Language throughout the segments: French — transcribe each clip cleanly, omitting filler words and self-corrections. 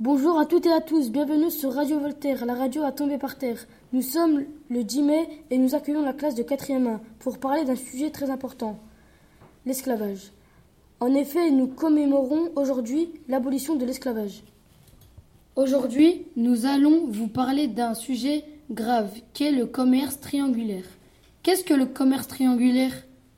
Bonjour à toutes et à tous, bienvenue sur Radio Voltaire, la radio à tomber par terre. Nous sommes le 10 mai et nous accueillons la classe de 4e 1 pour parler d'un sujet très important, l'esclavage. En effet, nous commémorons aujourd'hui l'abolition de l'esclavage. Aujourd'hui, nous allons vous parler d'un sujet grave, qu'est le commerce triangulaire. Qu'est-ce que le commerce triangulaire ?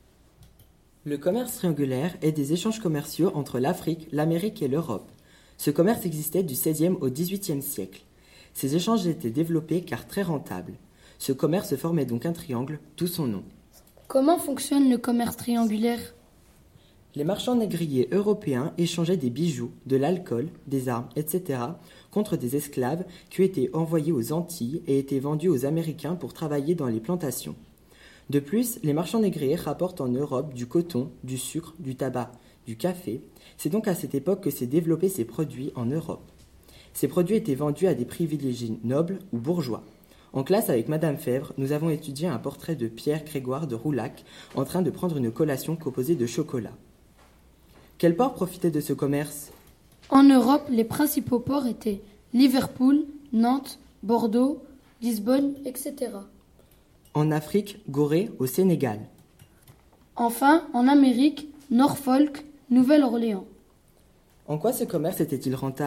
Le commerce triangulaire est des échanges commerciaux entre l'Afrique, l'Amérique et l'Europe. Ce commerce existait du XVIe au XVIIIe siècle. Ces échanges étaient développés car très rentables. Ce commerce formait donc un triangle, d'où son nom. Comment fonctionne le commerce triangulaire ? Les marchands négriers européens échangeaient des bijoux, de l'alcool, des armes, etc. contre des esclaves qui étaient envoyés aux Antilles et étaient vendus aux Américains pour travailler dans les plantations. De plus, les marchands négriers rapportent en Europe du coton, du sucre, du tabac, du café. C'est donc à cette époque que s'est développé ces produits en Europe. Ces produits étaient vendus à des privilégiés nobles ou bourgeois. En classe avec Madame Fèvre, nous avons étudié un portrait de Pierre Grégoire de Roulac en train de prendre une collation composée de chocolat. Quel port profitait de ce commerce ? En Europe, les principaux ports étaient Liverpool, Nantes, Bordeaux, Lisbonne, etc. En Afrique, Gorée, au Sénégal. Enfin, en Amérique, Norfolk, Nouvelle-Orléans. En quoi ce commerce était-il rentable ?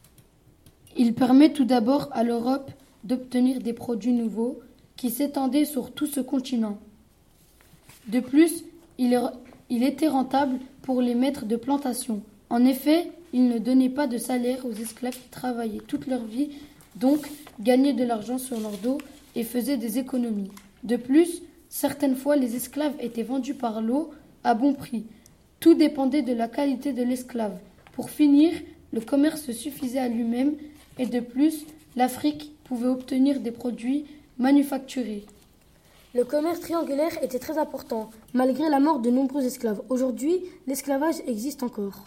Il permet tout d'abord à l'Europe d'obtenir des produits nouveaux qui s'étendaient sur tout ce continent. De plus, il était rentable pour les maîtres de plantation. En effet, il ne donnait pas de salaire aux esclaves qui travaillaient toute leur vie, donc gagnaient de l'argent sur leur dos et faisaient des économies. De plus, certaines fois, les esclaves étaient vendus par lot à bon prix. Tout dépendait de la qualité de l'esclave. Pour finir, le commerce suffisait à lui-même et de plus, l'Afrique pouvait obtenir des produits manufacturés. Le commerce triangulaire était très important, malgré la mort de nombreux esclaves. Aujourd'hui, l'esclavage existe encore.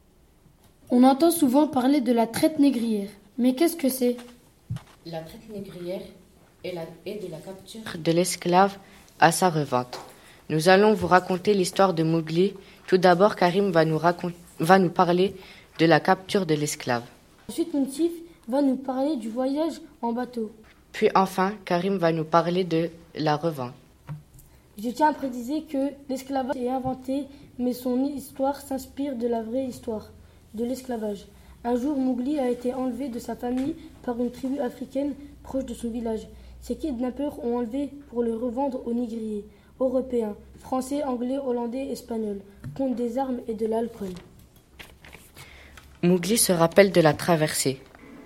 On entend souvent parler de la traite négrière. Mais qu'est-ce que c'est ? La traite négrière est de la capture de l'esclave à sa revente. Nous allons vous raconter l'histoire de Mowgli. Tout d'abord, Karim va nous parler de la capture de l'esclave. Ensuite, Mounsif va nous parler du voyage en bateau. Puis enfin, Karim va nous parler de la revente. Je tiens à préciser que l'esclavage est inventé, mais son histoire s'inspire de la vraie histoire de l'esclavage. Un jour, Mowgli a été enlevé de sa famille par une tribu africaine proche de son village. Ces kidnappeurs ont enlevé pour le revendre aux négriers européens, français, anglais, hollandais, espagnols, contre des armes et de l'alcool. Mowgli se rappelle de la traversée.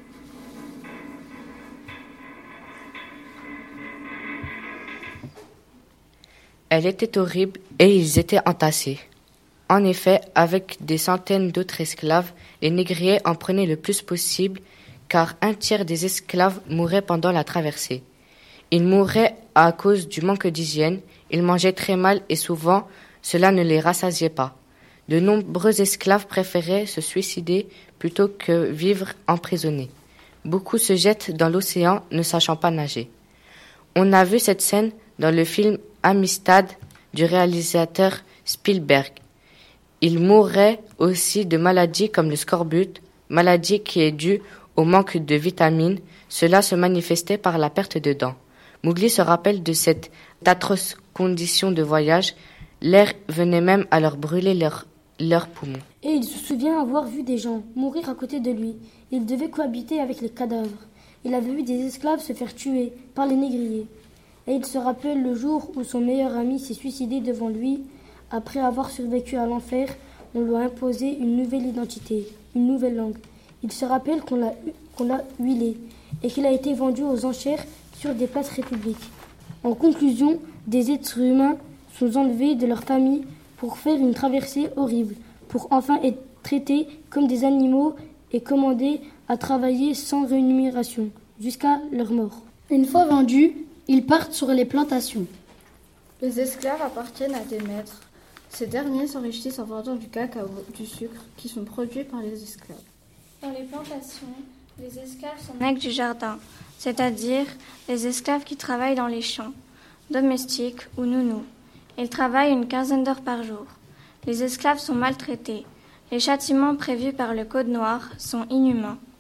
Elle était horrible et ils étaient entassés. En effet, avec des centaines d'autres esclaves, les négriers en prenaient le plus possible car un tiers des esclaves mouraient pendant la traversée. Ils mouraient à cause du manque d'hygiène, ils mangeaient très mal et souvent cela ne les rassasiait pas. De nombreux esclaves préféraient se suicider plutôt que vivre emprisonnés. Beaucoup se jettent dans l'océan ne sachant pas nager. On a vu cette scène dans le film Amistad du réalisateur Spielberg. Ils mourraient aussi de maladies comme le scorbut, maladie qui est due au manque de vitamines. Cela se manifestait par la perte de dents. Mowgli se rappelle de cette atroce condition de voyage. L'air venait même à leur brûler leurs poumons. Et il se souvient avoir vu des gens mourir à côté de lui. Il devait cohabiter avec les cadavres. Il avait vu des esclaves se faire tuer par les négriers. Et il se rappelle le jour où son meilleur ami s'est suicidé devant lui. Après avoir survécu à l'enfer, on lui a imposé une nouvelle identité, une nouvelle langue. Il se rappelle qu'on l'a huilé et qu'il a été vendu aux enchères sur des places publiques. En conclusion, des êtres humains sont enlevés de leur famille pour faire une traversée horrible, pour enfin être traités comme des animaux et commandés à travailler sans rémunération, jusqu'à leur mort. Une fois vendus, ils partent sur les plantations. Les esclaves appartiennent à des maîtres. Ces derniers s'enrichissent en vendant du cacao, du sucre, qui sont produits par les esclaves. Dans les plantations, les esclaves sont mecs du jardin, c'est-à-dire les esclaves qui travaillent dans les champs, domestiques ou nounous. Ils travaillent une quinzaine d'heures par jour. Les esclaves sont maltraités. Les châtiments prévus par le Code noir sont inhumains.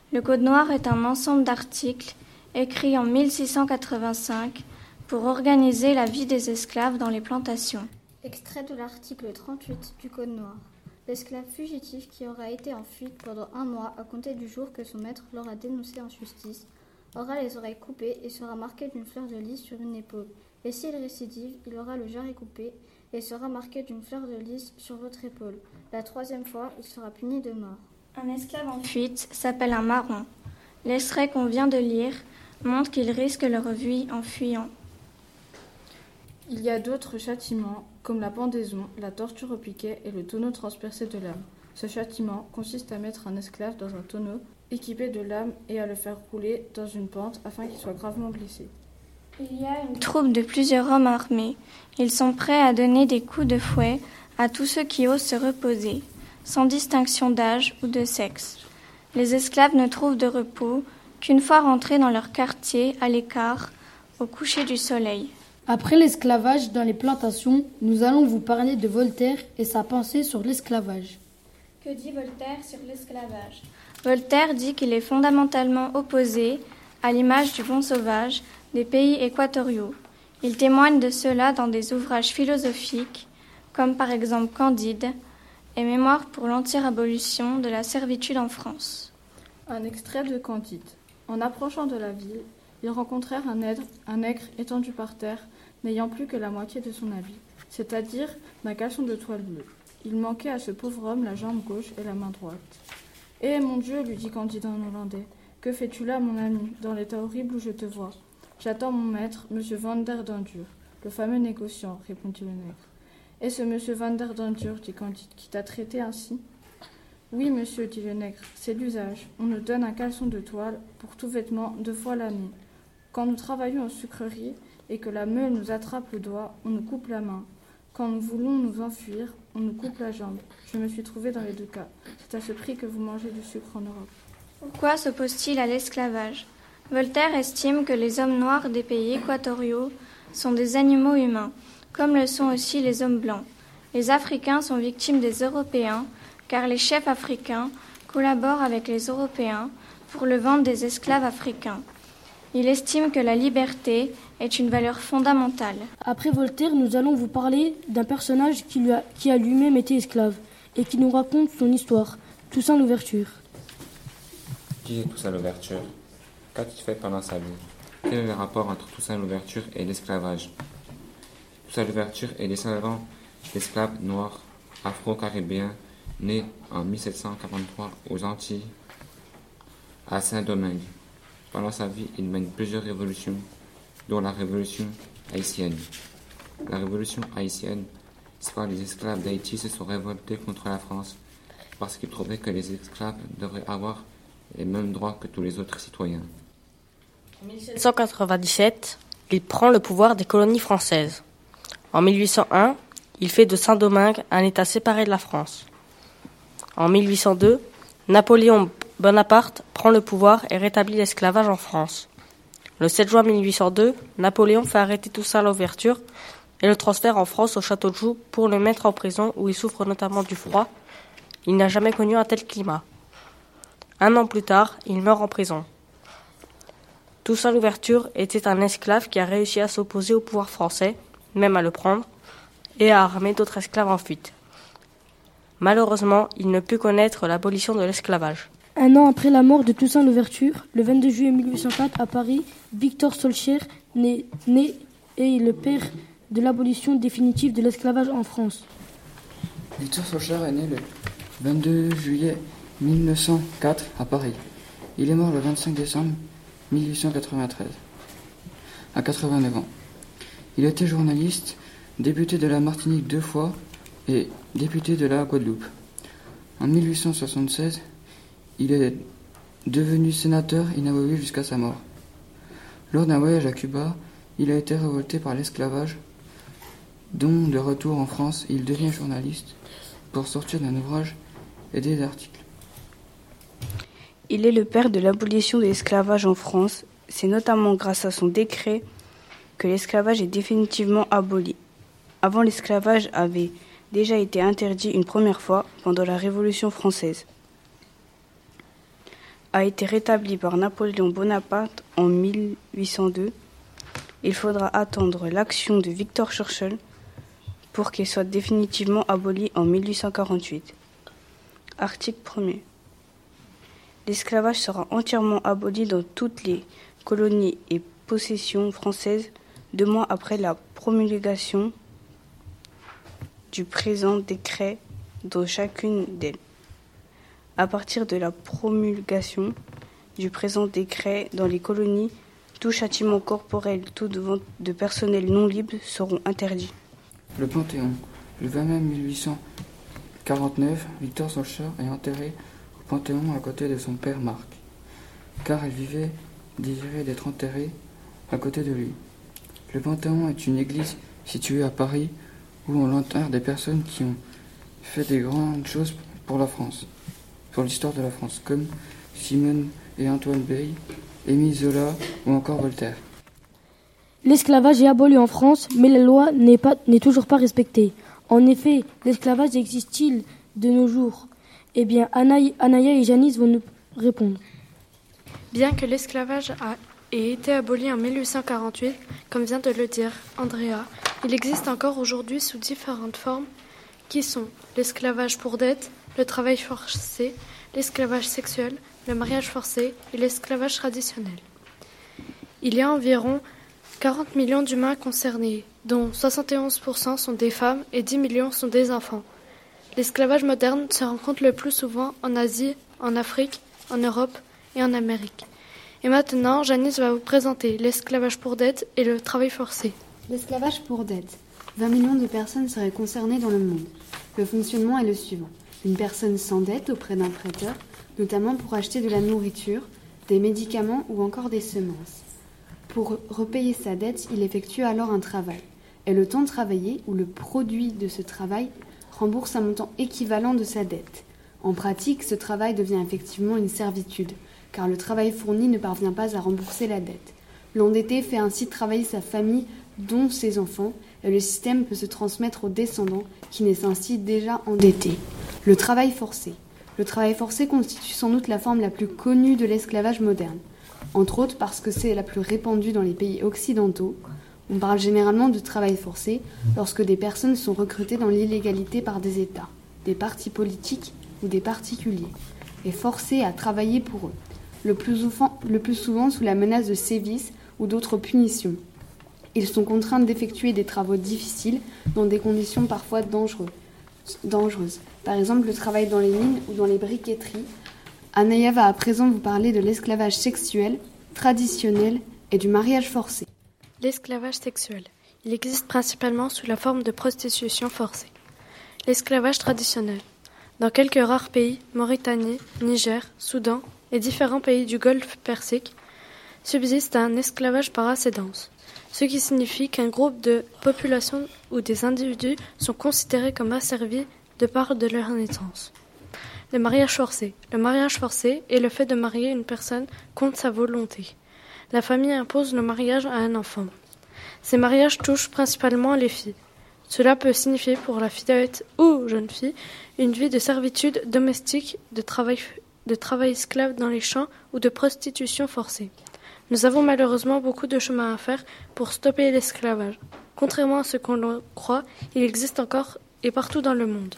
Le Code noir est un ensemble d'articles écrits en 1685 pour organiser la vie des esclaves dans les plantations. Extrait de l'article 38 du Code noir. L'esclave fugitif qui aura été en fuite pendant 1 mois à compter du jour que son maître l'aura dénoncé en justice aura les oreilles coupées et sera marqué d'une fleur de lys sur une épaule. Et s'il récidive, il aura le jarret coupé et sera marqué d'une fleur de lys sur l'autre épaule. La 3e fois, il sera puni de mort. Un esclave en fuite s'appelle un marron. L'extrait qu'on vient de lire montre qu'il risque leur vie en fuyant. Il y a d'autres châtiments, comme la pendaison, la torture au piquet et le tonneau transpercé de lame. Ce châtiment consiste à mettre un esclave dans un tonneau équipé de lames et à le faire rouler dans une pente afin qu'il soit gravement blessé. Il y a une troupe de plusieurs hommes armés. Ils sont prêts à donner des coups de fouet à tous ceux qui osent se reposer, sans distinction d'âge ou de sexe. Les esclaves ne trouvent de repos qu'une fois rentrés dans leur quartier, à l'écart, au coucher du soleil. Après l'esclavage dans les plantations, nous allons vous parler de Voltaire et sa pensée sur l'esclavage. Que dit Voltaire sur l'esclavage ? Voltaire dit qu'il est fondamentalement opposé à l'image du bon sauvage des pays équatoriaux. Il témoigne de cela dans des ouvrages philosophiques, comme par exemple Candide et Mémoire pour l'anti-abolition de la servitude en France. Un extrait de Candide. En approchant de la ville, ils rencontrèrent un nègre étendu par terre, n'ayant plus que la moitié de son habit, c'est-à-dire d'un caleçon de toile bleue. Il manquait à ce pauvre homme la jambe gauche et la main droite. « Eh mon Dieu, lui dit Candide en hollandais, que fais-tu là, mon ami, dans l'état horrible où je te vois ? J'attends mon maître, monsieur Van der Dendur, le fameux négociant, répondit le nègre. Et ce monsieur Van der Dendur, dit Candide, qui t'a traité ainsi ? Oui, monsieur, dit le nègre, c'est l'usage. On nous donne un caleçon de toile pour tout vêtement 2 fois l'année. Quand nous travaillons en sucrerie et que la meule nous attrape le doigt, on nous coupe la main. Quand nous voulons nous enfuir, on nous coupe la jambe. Je me suis trouvé dans les 2 cas. C'est à ce prix que vous mangez du sucre en Europe. Pourquoi s'oppose-t-il à l'esclavage ? Voltaire estime que les hommes noirs des pays équatoriaux sont des animaux humains, comme le sont aussi les hommes blancs. Les Africains sont victimes des Européens, car les chefs africains collaborent avec les Européens pour le vendre des esclaves africains. Il estime que la liberté est une valeur fondamentale. Après Voltaire, nous allons vous parler d'un personnage qui a lui-même été esclave et qui nous raconte son histoire, Toussaint Louverture. Qui est Toussaint Louverture ? Qu'a-t-il fait pendant sa vie ? Quel est le rapport entre Toussaint Louverture et l'esclavage ? Toussaint Louverture est descendant d'esclaves noirs afro-caribéens nés en 1743 aux Antilles, à Saint-Domingue. Pendant sa vie, il mène plusieurs révolutions, dont la révolution haïtienne. La révolution haïtienne, c'est quand les esclaves d'Haïti se sont révoltés contre la France parce qu'ils trouvaient que les esclaves devraient avoir les mêmes droits que tous les autres citoyens. En 1797, il prend le pouvoir des colonies françaises. En 1801, il fait de Saint-Domingue un État séparé de la France. En 1802, Napoléon Bonaparte prend le pouvoir et rétablit l'esclavage en France. Le 7 juin 1802, Napoléon fait arrêter Toussaint Louverture et le transfère en France au château de Joux pour le mettre en prison où il souffre notamment du froid. Il n'a jamais connu un tel climat. 1 an plus tard, il meurt en prison. Toussaint Louverture était un esclave qui a réussi à s'opposer au pouvoir français, même à le prendre, et à armer d'autres esclaves en fuite. Malheureusement, il ne put connaître l'abolition de l'esclavage. 1 an après la mort de Toussaint Louverture, le 22 juillet 1804 à Paris, Victor Schœlcher est le père de l'abolition définitive de l'esclavage en France. Victor Schœlcher est né le 22 juillet 1904 à Paris. Il est mort le 25 décembre 1893, à 89 ans. Il était journaliste, député de la Martinique 2 fois et député de la Guadeloupe. En 1876, il est devenu sénateur inamovible jusqu'à sa mort. Lors d'un voyage à Cuba, il a été révolté par l'esclavage, dont de retour en France, il devient journaliste pour sortir d'un ouvrage et des articles. Il est le père de l'abolition de l'esclavage en France. C'est notamment grâce à son décret que l'esclavage est définitivement aboli. Avant, l'esclavage avait déjà été interdit une première fois pendant la Révolution française. a été rétabli par Napoléon Bonaparte en 1802, il faudra attendre l'action de Victor Churchill pour qu'il soit définitivement aboli en 1848. Article 1er. L'esclavage sera entièrement aboli dans toutes les colonies et possessions françaises 2 mois après la promulgation du présent décret dans chacune d'elles. À partir de la promulgation du présent décret dans les colonies, tout châtiment corporel, tout de vente de personnel non libre seront interdits. Le Panthéon. Le 20 mai 1849, Victor Schœlcher est enterré au Panthéon à côté de son père Marc, car elle désirait d'être enterré à côté de lui. Le Panthéon est une église située à Paris où on enterre des personnes qui ont fait des grandes choses pour la France, pour l'histoire de la France, comme Simone et Antoine Bay, Émile Zola ou encore Voltaire. L'esclavage est aboli en France, mais la loi n'est toujours pas respectée. En effet, l'esclavage existe-t-il de nos jours ? Eh bien, Anaya et Janice vont nous répondre. Bien que l'esclavage ait été aboli en 1848, comme vient de le dire Andrea, il existe encore aujourd'hui sous différentes formes qui sont l'esclavage pour dette, le travail forcé, l'esclavage sexuel, le mariage forcé et l'esclavage traditionnel. Il y a environ 40 millions d'humains concernés, dont 71% sont des femmes et 10 millions sont des enfants. L'esclavage moderne se rencontre le plus souvent en Asie, en Afrique, en Europe et en Amérique. Et maintenant, Janice va vous présenter l'esclavage pour dette et le travail forcé. L'esclavage pour dette. 20 millions de personnes seraient concernées dans le monde. Le fonctionnement est le suivant. Une personne s'endette auprès d'un prêteur, notamment pour acheter de la nourriture, des médicaments ou encore des semences. Pour repayer sa dette, il effectue alors un travail. Et le temps travaillé, ou le produit de ce travail, rembourse un montant équivalent de sa dette. En pratique, ce travail devient effectivement une servitude, car le travail fourni ne parvient pas à rembourser la dette. L'endetté fait ainsi travailler sa famille, dont ses enfants, et le système peut se transmettre aux descendants qui naissent ainsi déjà endettés. Le travail forcé. Le travail forcé constitue sans doute la forme la plus connue de l'esclavage moderne, entre autres parce que c'est la plus répandue dans les pays occidentaux. On parle généralement de travail forcé lorsque des personnes sont recrutées dans l'illégalité par des États, des partis politiques ou des particuliers, et forcées à travailler pour eux, le plus souvent sous la menace de sévices ou d'autres punitions. Ils sont contraints d'effectuer des travaux difficiles dans des conditions parfois dangereuses. Par exemple, le travail dans les mines ou dans les briqueteries. Anaya va à présent vous parler de l'esclavage sexuel, traditionnel et du mariage forcé. L'esclavage sexuel. Il existe principalement sous la forme de prostitution forcée. L'esclavage traditionnel. Dans quelques rares pays, Mauritanie, Niger, Soudan et différents pays du Golfe Persique, subsiste un esclavage par ascendance, ce qui signifie qu'un groupe de population ou des individus sont considérés comme asservis de part de leur naissance. Le mariage forcé. Le mariage forcé est le fait de marier une personne contre sa volonté. La famille impose le mariage à un enfant. Ces mariages touchent principalement les filles. Cela peut signifier pour la fillette ou jeune fille une vie de servitude domestique, de travail esclave dans les champs ou de prostitution forcée. Nous avons malheureusement beaucoup de chemin à faire pour stopper l'esclavage. Contrairement à ce qu'on le croit, il existe encore et partout dans le monde.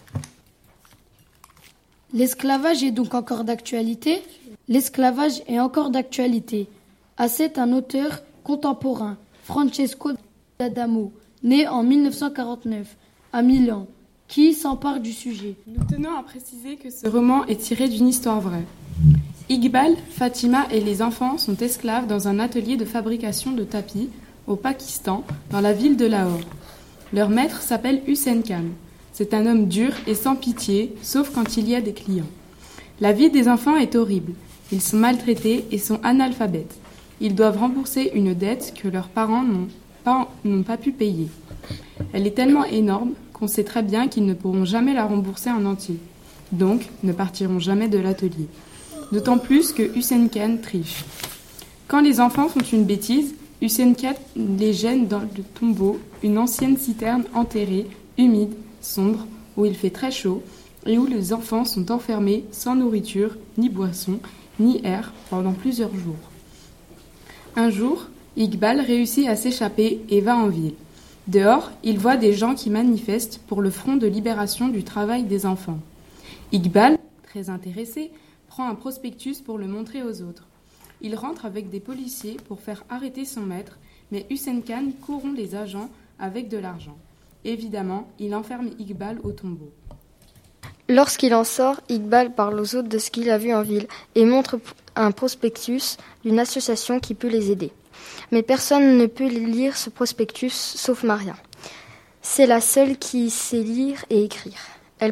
L'esclavage est donc encore d'actualité ? L'esclavage est encore d'actualité. C'est un auteur contemporain, Francesco d'Adamo, né en 1949 à Milan, qui s'empare du sujet. Nous tenons à préciser que ce roman est tiré d'une histoire vraie. Iqbal, Fatima et les enfants sont esclaves dans un atelier de fabrication de tapis au Pakistan, dans la ville de Lahore. Leur maître s'appelle Hussein Khan. C'est un homme dur et sans pitié, sauf quand il y a des clients. La vie des enfants est horrible. Ils sont maltraités et sont analphabètes. Ils doivent rembourser une dette que leurs parents n'ont pas pu payer. Elle est tellement énorme qu'on sait très bien qu'ils ne pourront jamais la rembourser en entier. Donc, ne partiront jamais de l'atelier. D'autant plus que Hussein Khan triche. Quand les enfants font une bêtise, Hussein Khan les gêne dans le tombeau, une ancienne citerne enterrée, humide, sombre, où il fait très chaud et où les enfants sont enfermés sans nourriture ni boisson ni air pendant plusieurs jours. Un jour, Iqbal réussit à s'échapper et va en ville. Dehors, il voit des gens qui manifestent pour le Front de libération du travail des enfants. Iqbal, très intéressé, prend un prospectus pour le montrer aux autres. Il rentre avec des policiers pour faire arrêter son maître, mais Hussein Khan corrompt les agents avec de l'argent. Évidemment, il enferme Iqbal au tombeau. Lorsqu'il en sort, Iqbal parle aux autres de ce qu'il a vu en ville et montre un prospectus d'une association qui peut les aider. Mais personne ne peut lire ce prospectus sauf Maria. C'est la seule qui sait lire et écrire. Elle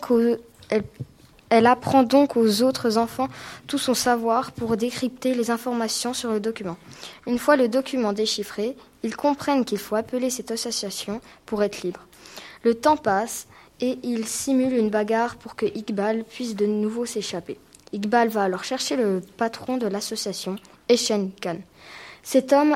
apprend donc aux autres enfants tout son savoir pour décrypter les informations sur le document. Une fois le document déchiffré, ils comprennent qu'il faut appeler cette association pour être libre. Le temps passe et ils simulent une bagarre pour que Iqbal puisse de nouveau s'échapper. Iqbal va alors chercher le patron de l'association, Hussein Khan. Cet homme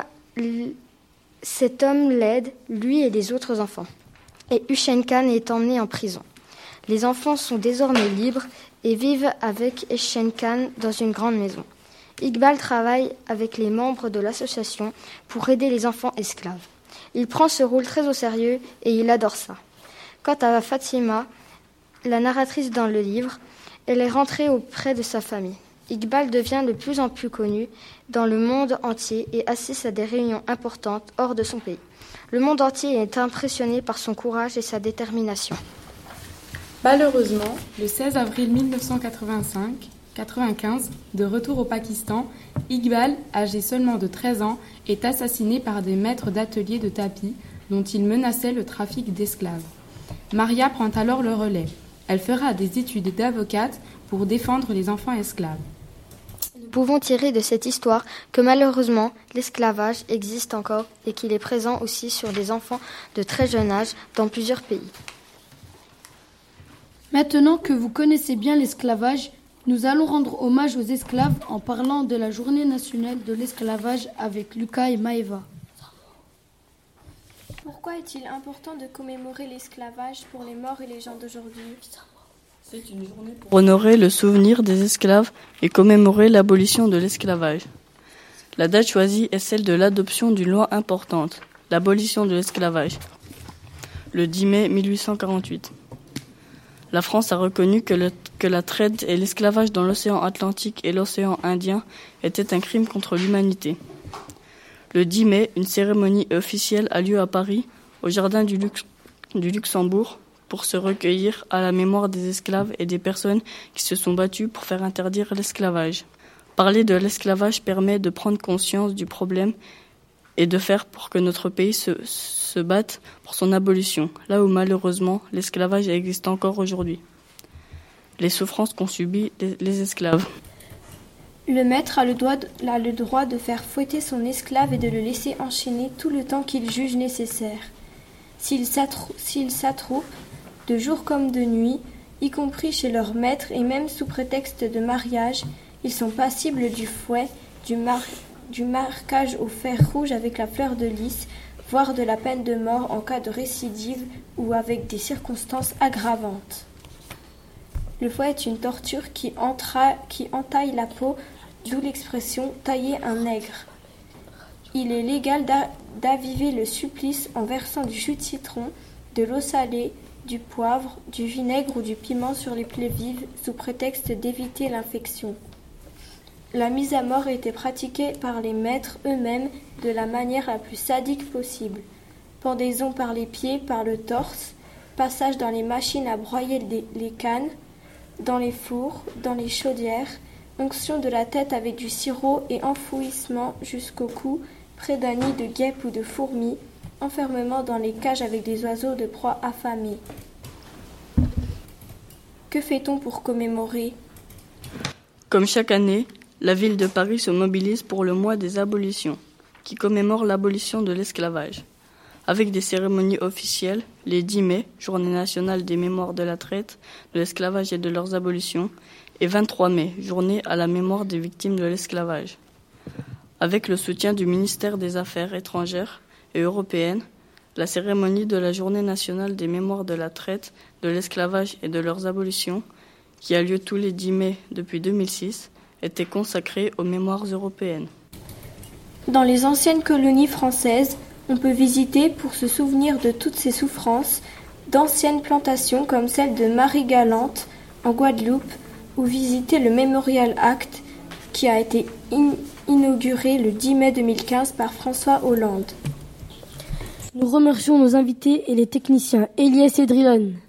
l'aide, lui et les autres enfants. Et Hussein Khan est emmené en prison. Les enfants sont désormais libres et vivent avec Hussein Khan dans une grande maison. Iqbal travaille avec les membres de l'association pour aider les enfants esclaves. Il prend ce rôle très au sérieux et il adore ça. Quant à Fatima, la narratrice dans le livre, elle est rentrée auprès de sa famille. Iqbal devient de plus en plus connu dans le monde entier et assiste à des réunions importantes hors de son pays. Le monde entier est impressionné par son courage et sa détermination. Malheureusement, le 16 avril 1995, de retour au Pakistan, Iqbal, âgé seulement de 13 ans, est assassiné par des maîtres d'atelier de tapis dont il menaçait le trafic d'esclaves. Maria prend alors le relais. Elle fera des études d'avocate pour défendre les enfants esclaves. Nous pouvons tirer de cette histoire que malheureusement, l'esclavage existe encore et qu'il est présent aussi sur des enfants de très jeune âge dans plusieurs pays. Maintenant que vous connaissez bien l'esclavage, nous allons rendre hommage aux esclaves en parlant de la Journée nationale de l'esclavage avec Lucas et Maëva. Pourquoi est-il important de commémorer l'esclavage pour les morts et les gens d'aujourd'hui ? C'est une journée pour honorer le souvenir des esclaves et commémorer l'abolition de l'esclavage. La date choisie est celle de l'adoption d'une loi importante, l'abolition de l'esclavage, le 10 mai 1848. La France a reconnu que la traite et l'esclavage dans l'océan Atlantique et l'océan Indien étaient un crime contre l'humanité. Le 10 mai, une cérémonie officielle a lieu à Paris, au jardin du Luxembourg, pour se recueillir à la mémoire des esclaves et des personnes qui se sont battues pour faire interdire l'esclavage. Parler de l'esclavage permet de prendre conscience du problème et de faire pour que notre pays se batte pour son abolition, là où malheureusement l'esclavage existe encore aujourd'hui. Les souffrances qu'ont subies les esclaves. Le maître a le droit de faire fouetter son esclave et de le laisser enchaîner tout le temps qu'il juge nécessaire. S'il s'attroupe, de jour comme de nuit, y compris chez leur maître et même sous prétexte de mariage, ils sont passibles du fouet, du marquage au fer rouge avec la fleur de lys, voire de la peine de mort en cas de récidive ou avec des circonstances aggravantes. Le fouet est une torture qui entaille la peau, d'où l'expression « tailler un nègre ». Il est légal d'aviver le supplice en versant du jus de citron, de l'eau salée, du poivre, du vinaigre ou du piment sur les plaies vives sous prétexte d'éviter l'infection. La mise à mort était pratiquée par les maîtres eux-mêmes de la manière la plus sadique possible. Pendaison par les pieds, par le torse, passage dans les machines à broyer les cannes, dans les fours, dans les chaudières, onction de la tête avec du sirop et enfouissement jusqu'au cou, près d'un nid de guêpes ou de fourmis, enfermement dans les cages avec des oiseaux de proie affamés. Que fait-on pour commémorer ? Comme chaque année, la ville de Paris se mobilise pour le mois des abolitions, qui commémore l'abolition de l'esclavage. Avec des cérémonies officielles, les 10 mai, journée nationale des mémoires de la traite, de l'esclavage et de leurs abolitions, et 23 mai, journée à la mémoire des victimes de l'esclavage. Avec le soutien du ministère des Affaires étrangères et européennes, la cérémonie de la journée nationale des mémoires de la traite, de l'esclavage et de leurs abolitions, qui a lieu tous les 10 mai depuis 2006, était consacré aux mémoires européennes. Dans les anciennes colonies françaises, on peut visiter, pour se souvenir de toutes ces souffrances, d'anciennes plantations comme celle de Marie-Galante en Guadeloupe, ou visiter le Memorial Act qui a été inauguré le 10 mai 2015 par François Hollande. Nous remercions nos invités et les techniciens Elias et Drilon.